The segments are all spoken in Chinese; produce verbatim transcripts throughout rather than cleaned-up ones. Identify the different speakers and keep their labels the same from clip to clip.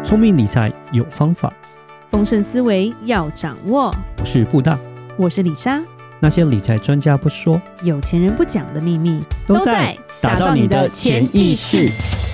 Speaker 1: 聪明理财有方法，
Speaker 2: 丰盛思维要掌握。
Speaker 1: 我是布大，
Speaker 2: 我是李莎。
Speaker 1: 那些理财专家不说，
Speaker 2: 有钱人不讲的秘密，
Speaker 1: 都在打造你的潜意识。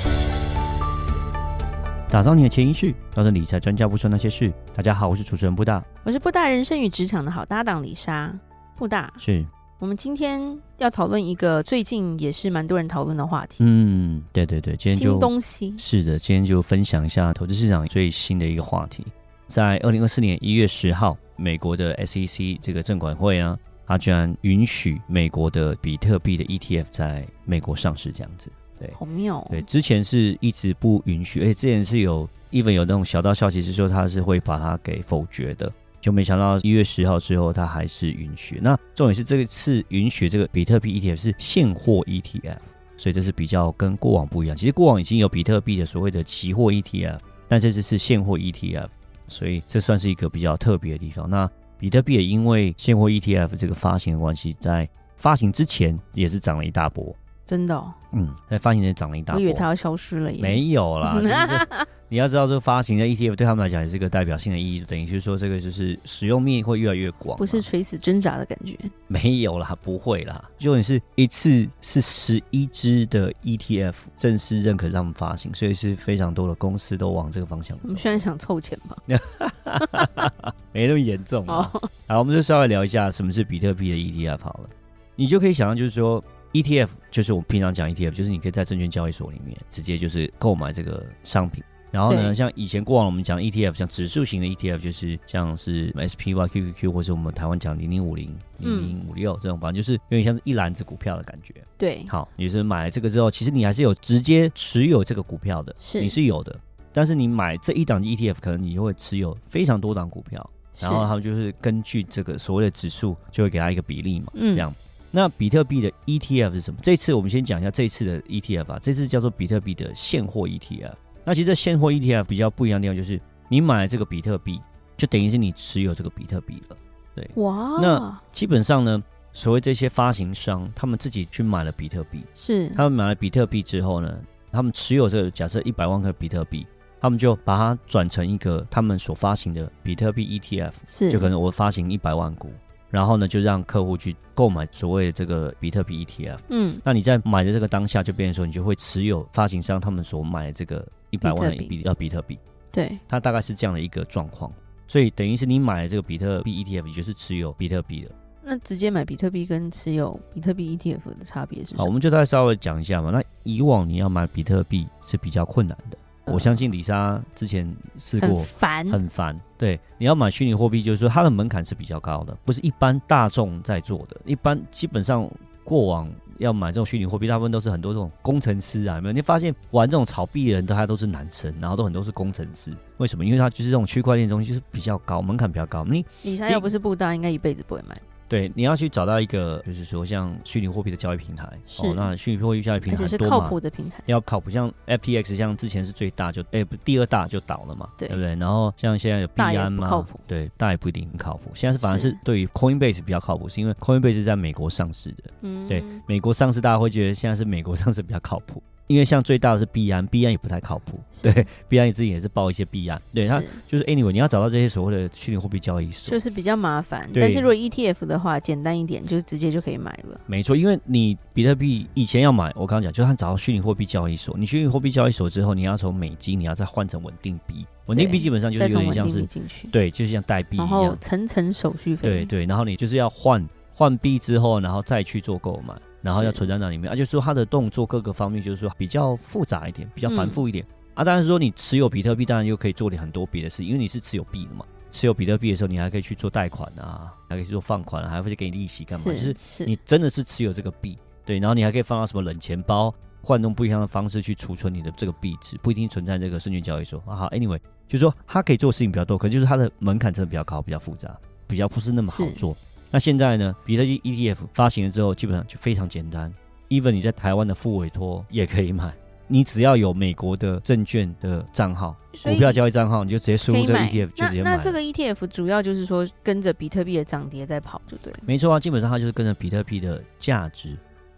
Speaker 1: 打造你的潜意识，告诉理财专家不说那些事。大家好，我是主持人布大，
Speaker 2: 我是布大人生与职场的好搭档李莎。布大，
Speaker 1: 是
Speaker 2: 我们今天要讨论一个最近也是蛮多人讨论的话题。
Speaker 1: 嗯，对对对，今天就
Speaker 2: 新东西。
Speaker 1: 是的，今天就分享一下投资市场最新的一个话题。在二零二四年一月十号，美国的 S E C 这个证管会呢，它居然允许美国的比特币的 E T F 在美国上市，这样子。对，
Speaker 2: 好妙哦。
Speaker 1: 对，之前是一直不允许，而且之前是有 even 有那种小道消息是说它是会把它给否决的，就没想到一月十号之后它还是允许。那重点是这次允许这个比特币 E T F 是现货 E T F， 所以这是比较跟过往不一样。其实过往已经有比特币的所谓的期货 E T F， 但这次是现货 E T F， 所以这算是一个比较特别的地方。那比特币也因为现货 E T F 这个发行的关系，在发行之前也是涨了一大波。
Speaker 2: 真的哦？
Speaker 1: 嗯，在发行前涨了一大波。
Speaker 2: 我以为它要消失了耶。
Speaker 1: 没有啦，就是你要知道，这个发行的 E T F 对他们来讲也是个代表性的意义，等于是说这个就是使用面会越来越广。
Speaker 2: 不是垂死挣扎的感觉。
Speaker 1: 没有啦，不会啦，就你是一次是十一支的 E T F 正式认可让他们发行，所以是非常多的公司都往这个方向走。
Speaker 2: 我们现在想凑钱吧？
Speaker 1: 没那么严重啊。
Speaker 2: 哦、
Speaker 1: 好，我们就稍微聊一下什么是比特币的 E T F 好了。你就可以想象，就是说 E T F 就是我们平常讲 E T F， 就是你可以在证券交易所里面直接就是购买这个商品。然后呢，像以前过往我们讲 E T F， 像指数型的 E T F， 就是像是 S P Y、Q Q Q， 或是我们台湾讲零零五零、零零五六这种，反正就是有点像是一篮子股票的感觉。
Speaker 2: 对，
Speaker 1: 好，你就是买了这个之后，其实你还是有直接持有这个股票的，
Speaker 2: 是
Speaker 1: 你是有的。但是你买这一档 E T F， 可能你会持有非常多档股票，然后他们就是根据这个所谓的指数，就会给他一个比例嘛，嗯、这样。那比特币的 E T F 是什么？这次我们先讲一下这次的 E T F 啊，这次叫做比特币的现货 E T F。那其实这现货 E T F 比较不一样的地方就是，你买了这个比特币，就等于是你持有这个比特币了。对，
Speaker 2: 哇，
Speaker 1: 那基本上呢，所谓这些发行商，他们自己去买了比特币，
Speaker 2: 是
Speaker 1: 他们买了比特币之后呢，他们持有这个假设一百万颗比特币，他们就把它转成一个他们所发行的比特币 E T F，
Speaker 2: 是
Speaker 1: 就可能我发行一百万股。然后呢，就让客户去购买所谓的这个比特币 E T F。嗯，那你在买的这个当下，就变成说，你就会持有发行商他们所买的这个一百万的比呃比特币。
Speaker 2: 对，
Speaker 1: 它大概是这样的一个状况。所以等于是你买的这个比特币 E T F， 你就是持有比特币的。
Speaker 2: 那直接买比特币跟持有比特币 E T F 的差别是什么？
Speaker 1: 好，我们就再稍微讲一下嘛。那以往你要买比特币是比较困难的。我相信李莎之前试过，
Speaker 2: 很烦，
Speaker 1: 很烦。对，你要买虚拟货币，就是说它的门槛是比较高的，不是一般大众在做的。一般基本上过往要买这种虚拟货币，大部分都是很多这种工程师啊，有没有？你发现玩这种炒币的人，他都是男生，然后都很多是工程师。为什么？因为他就是这种区块链的东西就是比较高，门槛比较高。你
Speaker 2: 李莎要不是布大，应该一辈子不会买。
Speaker 1: 对，你要去找到一个，就是说像虚拟货币的交易平台，哦，那虚拟货币交易平台很多嘛，
Speaker 2: 而且是靠谱的平台，
Speaker 1: 要靠谱。像 F T X， 像之前是最大就，哎，第二大就倒了嘛， 对, 对不对？然后像现在有币安嘛，
Speaker 2: 大也不靠谱，
Speaker 1: 对，大也不一定很靠谱。现在是反而是对于 Coinbase 比较靠谱，是因为 Coinbase 是在美国上市的，嗯，对，美国上市大家会觉得现在是美国上市比较靠谱。因为像最大的是币安，币安也不太靠谱，对，币安自己也是报一些币安，对，它就是 anyway， 你要找到这些所谓的虚拟货币交易所，
Speaker 2: 就是比较麻烦。但是如果 E T F 的话，简单一点，就直接就可以买了。
Speaker 1: 没错，因为你比特币以前要买，我刚刚讲，就是他找到虚拟货币交易所，你虚拟货币交易所之后，你要从美金，你要再换成稳定币，稳定币基本上就是有点像是，对，就是像代币一样，
Speaker 2: 然后层层手续费，
Speaker 1: 对对，然后你就是要换换币之后，然后再去做购买。然后要存在那里面，啊，就是说它的动作各个方面，就是说比较复杂一点，比较繁复一点，嗯、啊。当然说你持有比特币，当然又可以做点很多别的事，因为你是持有币的嘛。持有比特币的时候，你还可以去做贷款啊，还可以去做放款、啊，还会给你利息干嘛？是就是你真的是持有这个币，对，然后你还可以放到什么冷钱包，换用不一样的方式去储存你的这个币值，不一定存在这个证券交易所啊。好 ，anyway， 就是说它可以做的事情比较多，可是就是它的门槛真的比较高，比较复杂，比较不是那么好做。那现在呢，比特币 E T F 发行了之后，基本上就非常简单。even 你在台湾的副委托也可以买，你只要有美国的证券的账号，股票交易账号，你就直接输入这个 E T F 就直接买了。
Speaker 2: 那, 那这个 E T F 主要就是说跟着比特币的涨跌在跑就对了。
Speaker 1: 没错啊，基本上它就是跟着比特币的价值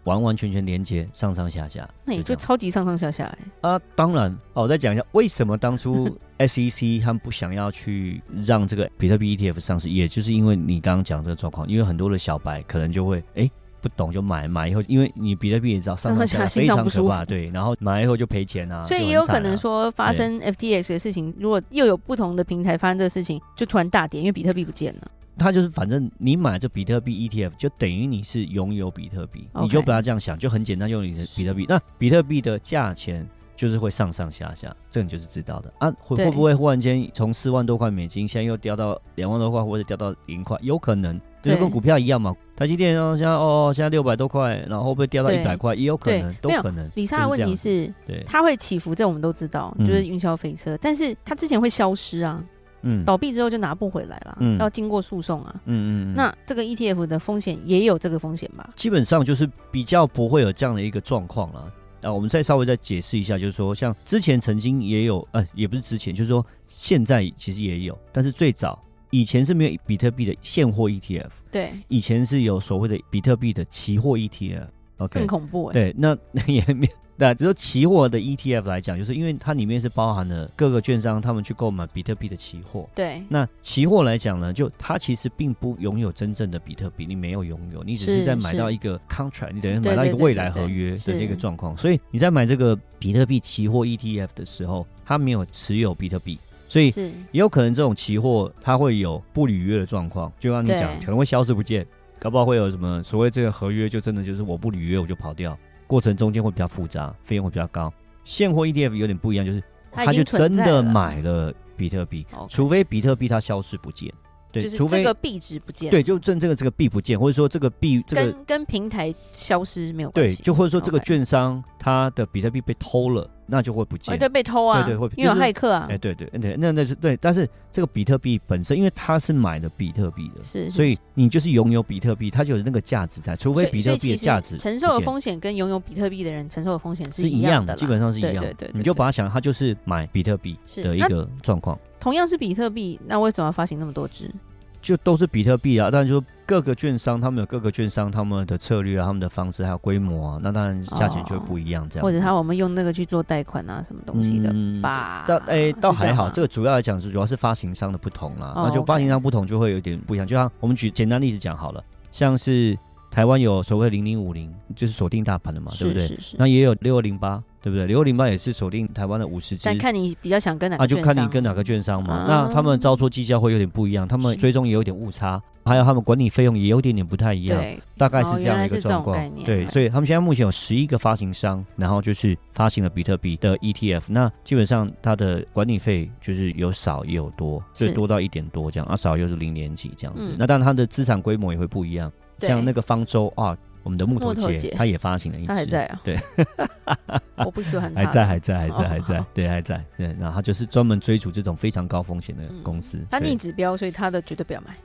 Speaker 1: 完完全全连接上上下下，
Speaker 2: 那也就超级上上下下哎、
Speaker 1: 啊，当然哦，我再讲一下为什么当初 S E C 他们不想要去让这个比特币 E T F 上市，也就是因为你刚刚讲这个状况，因为很多的小白可能就会哎。不懂就买，买以后，因为你比特币也知道上上下下非常可怕，对，然后买以后就赔钱啊，
Speaker 2: 所以也有可能说发生 F T X 的事情，如果又有不同的平台发生这个事情，就突然大跌，因为比特币不见了。
Speaker 1: 它就是反正你买这比特币 E T F 就等于你是拥有比特币，
Speaker 2: okay.
Speaker 1: 你就不要这样想，就很简单，用你的比特币，那比特币的价钱就是会上上下下，这你就是知道的啊。会会不会忽然间从四万多块美金，现在又掉到两万多块，或者掉到零块？有可能，就是跟股票一样嘛。台积电哦，现在哦现在六百多块，然后会不会掉到一百块？也有可能，都可能。
Speaker 2: 李莎的问题是，
Speaker 1: 对，
Speaker 2: 它会起伏，这我们都知道，就是云霄飞车，嗯、但是它之前会消失啊。嗯，倒闭之后就拿不回来了，嗯，要经过诉讼啊，嗯 嗯, 嗯，那这个 E T F 的风险也有这个风险吧？
Speaker 1: 基本上就是比较不会有这样的一个状况了。啊，我们再稍微再解释一下，就是说，像之前曾经也有，呃，也不是之前，就是说现在其实也有，但是最早以前是没有比特币的现货 E T F，
Speaker 2: 对，
Speaker 1: 以前是有所谓的比特币的期货 E T F。Okay,
Speaker 2: 更恐怖哎、
Speaker 1: 欸！对，那也没有，对，只有期货的 E T F 来讲，就是因为它里面是包含了各个券商他们去购买比特币的期货。
Speaker 2: 对，
Speaker 1: 那期货来讲呢，就它其实并不拥有真正的比特币，你没有拥有，你只是在买到一个 contract， 你等于买到一个未来合约的这个状况。所以你在买这个比特币期货 E T F 的时候，它没有持有比特币。所以也有可能这种期货它会有不履约的状况，就像你讲，可能会消失不见。搞不好会有什么所谓这个合约，就真的就是我不履约我就跑掉，过程中间会比较复杂，费用会比较高。现货 E T F 有点不一样，就是他就真的买了比特币，除非比特币它消失不见，对，
Speaker 2: 就是
Speaker 1: 除非
Speaker 2: 这个币值不见，
Speaker 1: 对，就正这个这个币不见，或者说这个币这个
Speaker 2: 跟跟平台消失没有关系，
Speaker 1: 对，就或者说这个券商它的比特币被偷了，那就会不见，
Speaker 2: 对，被偷啊，
Speaker 1: 对对，会，
Speaker 2: 因为有骇客啊，
Speaker 1: 哎，对对对，那那是对，但是这个比特币本身，因为它是买的比特币的，
Speaker 2: 是，
Speaker 1: 所以你就是拥有比特币，它就有那个价值在，除非比特币的价值
Speaker 2: 承受的风险跟拥有比特币的人承受的风险
Speaker 1: 是
Speaker 2: 一样的，
Speaker 1: 基本上是一样的，
Speaker 2: 对对对，
Speaker 1: 你就把它想，它就是买比特币的一个状况。
Speaker 2: 同样是比特币，那为什么要发行那么多支？
Speaker 1: 就都是比特币啊，当然就各个券商他们有各个券商他们的策略啊，他们的方式还有规模啊，那当然价钱就会不一样这样、哦。
Speaker 2: 或者他我们用那个去做贷款啊，什么东西的吧？
Speaker 1: 倒哎倒还好，这个主要来讲是主要是发行商的不同啦，哦、那就发行商不同就会有点不一样。就像我们举简单例子讲好了，像是台湾有所谓零零五零，就是锁定大盘的嘛，对不对？
Speaker 2: 是是是。
Speaker 1: 那也有六二零八。对不对？六二零八也是锁定台湾的五十只，
Speaker 2: 但看你比较想跟哪个券商
Speaker 1: 啊，就看你跟哪个券商嘛。啊、那他们招错绩效会有点不一样，他们追踪也有点误差，还有他们管理费用也有点点不太一样，大概是这样的一个状况。
Speaker 2: 哦、
Speaker 1: 对，所以他们现在目前有十一个发行商，然后就是发行了比特币的 E T F。那基本上它的管理费就是有少也有多，最多到一点多这样，啊少又是零点几这样子。嗯、那当然它的资产规模也会不一样，像那个方舟啊。我们的木头姐，她也发行了一支，
Speaker 2: 她还在啊？
Speaker 1: 对，
Speaker 2: 我不喜欢她，
Speaker 1: 还在，还在，还在，还在，对，还在，对。然后她就是专门追逐这种非常高风险的公司。
Speaker 2: 她、嗯、逆指标，所以她的绝对不要买。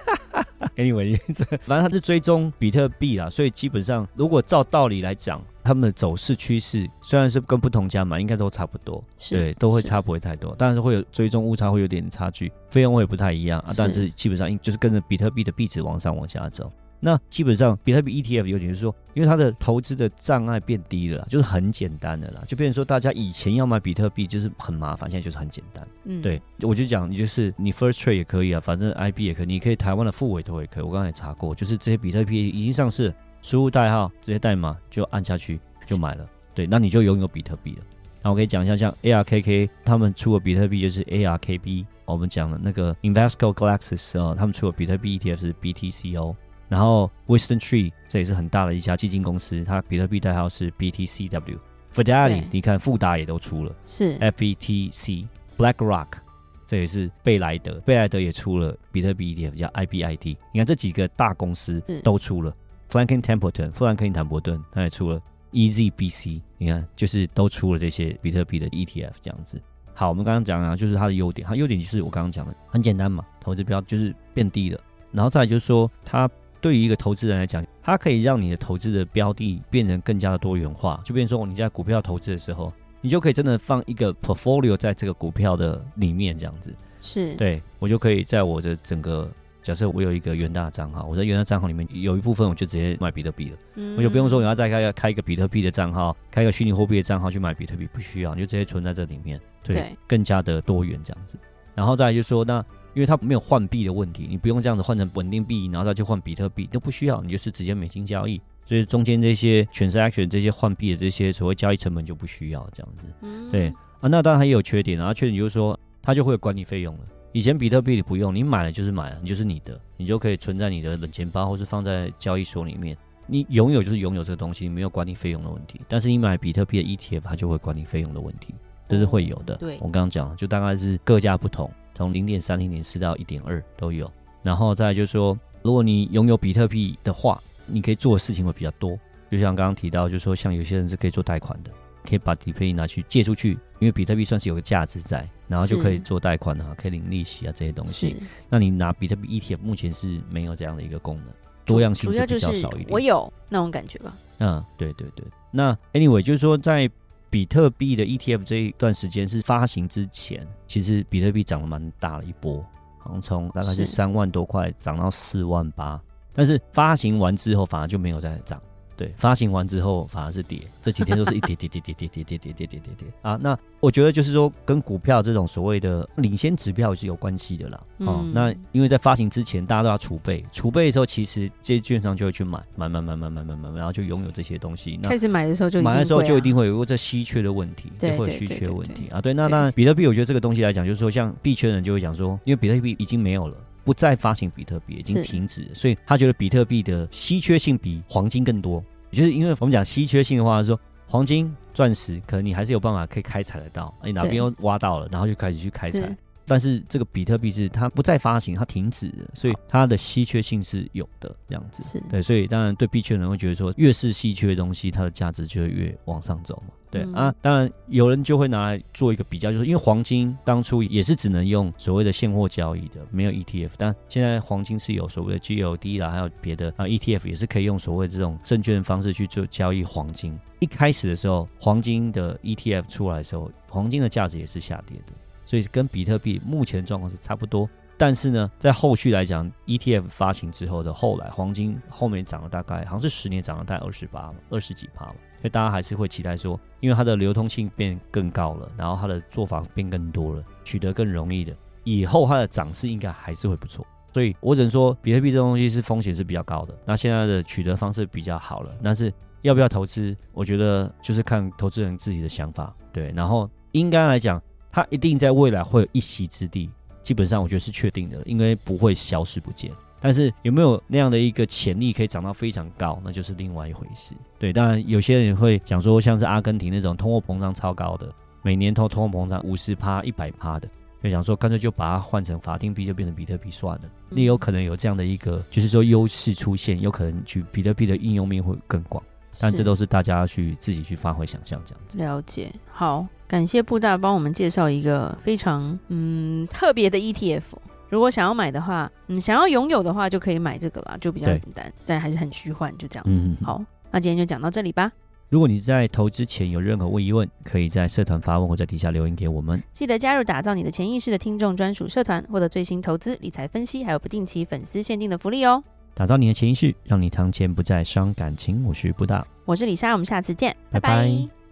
Speaker 1: Anyway， 反正她是追踪比特币啦，所以基本上如果照道理来讲，他们的走势趋势虽然是跟不同家买，应该都差不多，对，都会差不会太多，当然是会有追踪误差，会有点差距，费用会不太一样啊，但是基本上就是跟着比特币的币值往上往下走。那基本上比特币 E T F 有点就是说，因为它的投资的障碍变低了啦，就是很简单的啦，就变成说大家以前要买比特币就是很麻烦，现在就是很简单。嗯，对，我就讲你就是你 First Trade 也可以啊，反正 I B 也可以，你可以台湾的副委托也可以，我刚才也查过，就是这些比特币已经上市了，输入代号这些代码就按下去就买了，对，那你就拥有比特币了。那我可以讲一下，像 A R K K 他们出的比特币就是 A R K B， 我们讲的那个 Invesco Galaxis 啊、哦，他们出的比特币 E T F 是 B T C O。然后 Wisdom Tree 这也是很大的一家基金公司，它比特币代号是 B T C W。Fidelity 你看富达也都出了，
Speaker 2: 是
Speaker 1: F B T C。BlackRock 这也是贝莱德，贝莱德也出了比特币 E T F 叫 I B I T。你看这几个大公司都出了 ，Franklin Templeton 富兰克林坦博顿他也出了 E Z B C， 你看就是都出了这些比特币的 E T F 这样子。好，我们刚刚讲啊，就是它的优点，它优点就是我刚刚讲的很简单嘛，投资标就是变低了，然后再来就是说它。对于一个投资人来讲，它可以让你的投资的标的变成更加的多元化，就变成说你在股票投资的时候，你就可以真的放一个 portfolio 在这个股票的里面，这样子。
Speaker 2: 是，
Speaker 1: 对，我就可以在我的整个假设我有一个元大账号，我在元大账号里面有一部分我就直接买比特币了，嗯、我就不用说我要再开开一个比特币的账号，开一个虚拟货币的账号去买比特币，不需要，你就直接存在这里面， 对，对，更加的多元这样子。然后再来就是说，那因为它没有换币的问题，你不用这样子换成稳定币，然后再去换比特币都不需要，你就是直接美金交易，所以中间这些transaction这些换币的这些所谓交易成本就不需要这样子，嗯、对啊。那当然还有缺点，然后缺点就是说它就会有管理费用了。以前比特币你不用，你买了就是买了，你就是你的，你就可以存在你的冷钱包或是放在交易所里面，你拥有就是拥有这个东西，你没有管理费用的问题。但是你买比特币的 E T F 它就会管理费用的问题，这是会有的。对，我刚刚讲就大概是各家不同，从 零点三、零点四 到 一点二 都有。然后再来就是说，如果你拥有比特币的话，你可以做的事情会比较多，就像刚刚提到，就是说像有些人是可以做贷款的，可以把比特币拿去借出去，因为比特币算是有个价值在，然后就可以做贷款啊，可以领利息啊这些东西。那你拿比特币 E T F 目前是没有这样的一个功能，多样性是比较少一点。
Speaker 2: 我有那种感觉吧。
Speaker 1: 嗯，对对对。那 anyway 就是说，在比特币的 E T F 这一段时间是发行之前，其实比特币涨了蛮大的一波，好像从大概是三万多块涨到四万八，但是发行完之后反而就没有再涨。对，发行完之后反而是跌，这几天都是一跌跌跌跌跌跌跌跌跌跌跌跌啊。那我觉得就是说，跟股票这种所谓的领先指标是有关系的啦。嗯、哦，那因为在发行之前，大家都要储备，储备的时候，其实这些券商就会去买，买买买买买买买，然后就拥有这些东西。那
Speaker 2: 开始买的时候就一定会、啊、
Speaker 1: 买的时候就一定会有这稀缺的问题，就会有稀缺的问题啊。对，那当然，比特币我觉得这个东西来讲，就是说，像币圈人就会讲说，因为比特币已经没有了。不再发行比特币，已经停止了，所以他觉得比特币的稀缺性比黄金更多。就是因为我们讲稀缺性的话，说黄金、钻石，可能你还是有办法可以开采得到，你哪边又挖到了，然后就开始去开采。但是这个比特币是它不再发行，它停止了，所以它的稀缺性是有的这样子。是对，所以当然对币圈人会觉得说，越是稀缺的东西，它的价值就会越往上走嘛。对、嗯、啊，当然有人就会拿来做一个比较，就是因为黄金当初也是只能用所谓的现货交易的，没有 E T F， 但现在黄金是有所谓的 G L D 啦，还有别的啊 E T F 也是可以用所谓的这种证券的方式去做交易黄金。一开始的时候，黄金的 E T F 出来的时候，黄金的价值也是下跌的，所以跟比特币目前的状况是差不多。但是呢，在后续来讲 ，E T F 发行之后的后来，黄金后面涨了大概好像是十年涨了大概二十八、二十几趴嘛，所以大家还是会期待说，因为它的流通性变更高了，然后它的做法变更多了，取得更容易的，以后它的涨势应该还是会不错。所以我只能说，比特币这东西是风险是比较高的，那现在的取得方式比较好了，但是要不要投资，我觉得就是看投资人自己的想法，对，然后应该来讲，它一定在未来会有一席之地。基本上我觉得是确定的，因为不会消失不见。但是有没有那样的一个潜力可以涨到非常高，那就是另外一回事。对，当然有些人会讲说，像是阿根廷那种通货膨胀超高的，每年通通货膨胀 百分之五十、百分之百 的，就想说干脆就把它换成法定币，就变成比特币算了。你、嗯、有可能有这样的一个，就是说优势出现，有可能去比特币的应用面会更广。但这都是大家去自己去发挥想象这样子。
Speaker 2: 了解，好，感谢布大帮我们介绍一个非常嗯特别的 E T F。如果想要买的话，嗯，想要拥有的话就可以买这个啦，就比较简单，但还是很虚幻，就这样子。嗯、好，那今天就讲到这里吧。
Speaker 1: 如果你在投资前有任何疑问，可以在社团发问或在底下留言给我们。
Speaker 2: 记得加入打造你的潜意识的听众专属社团，获得最新投资理财分析，还有不定期粉丝限定的福利哦。打造你的潜意识，让你谈钱不再伤感情。我是布大，
Speaker 3: 我是李莎，我们下次见，
Speaker 2: 拜拜。拜拜。